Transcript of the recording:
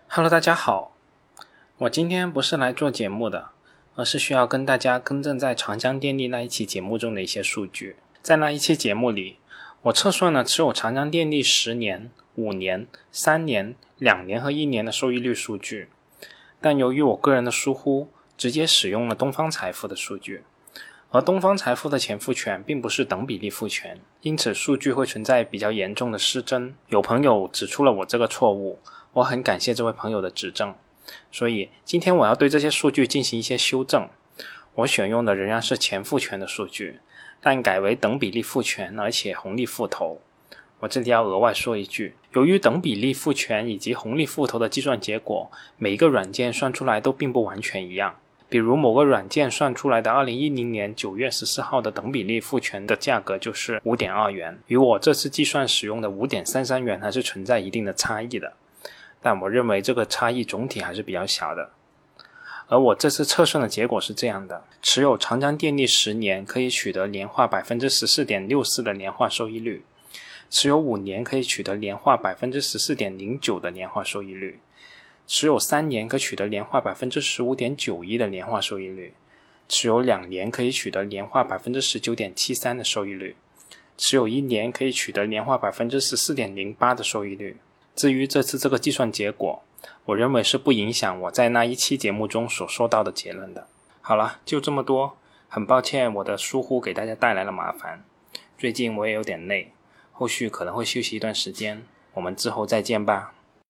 Hello， 大家好，我今天不是来做节目的，而是需要跟大家更正在长江电力那一期节目中的一些数据。在那一期节目里，我测算了持有长江电力10年、5年、3年、2年和1年的收益率数据，但由于我个人的疏忽，直接使用了东方财富的数据。而东方财富的钱复权并不是等比例复权，因此数据会存在比较严重的失真。有朋友指出了我这个错误，我很感谢这位朋友的指正，所以今天我要对这些数据进行一些修正。我选用的仍然是钱复权的数据，但改为等比例复权，而且红利复投。我这里要额外说一句，由于等比例复权以及红利复投的计算结果，每一个软件算出来都并不完全一样。比如某个软件算出来的2010年9月14号的等比例复权的价格就是 5.2 元，与我这次计算使用的 5.33 元还是存在一定的差异的，但我认为这个差异总体还是比较小的。而我这次测算的结果是这样的，持有长江电力10年可以取得年化 14.64% 的年化收益率，持有5年可以取得年化 14.09% 的年化收益率，持有3年可取得年化 15.91% 的年化收益率，持有2年可以取得年化 19.73% 的收益率，持有1年可以取得年化 14.08% 的收益率。至于这次这个计算结果，我认为是不影响我在那一期节目中所说到的结论的。好了，就这么多，很抱歉我的疏忽给大家带来了麻烦。最近我也有点累，后续可能会休息一段时间，我们之后再见吧。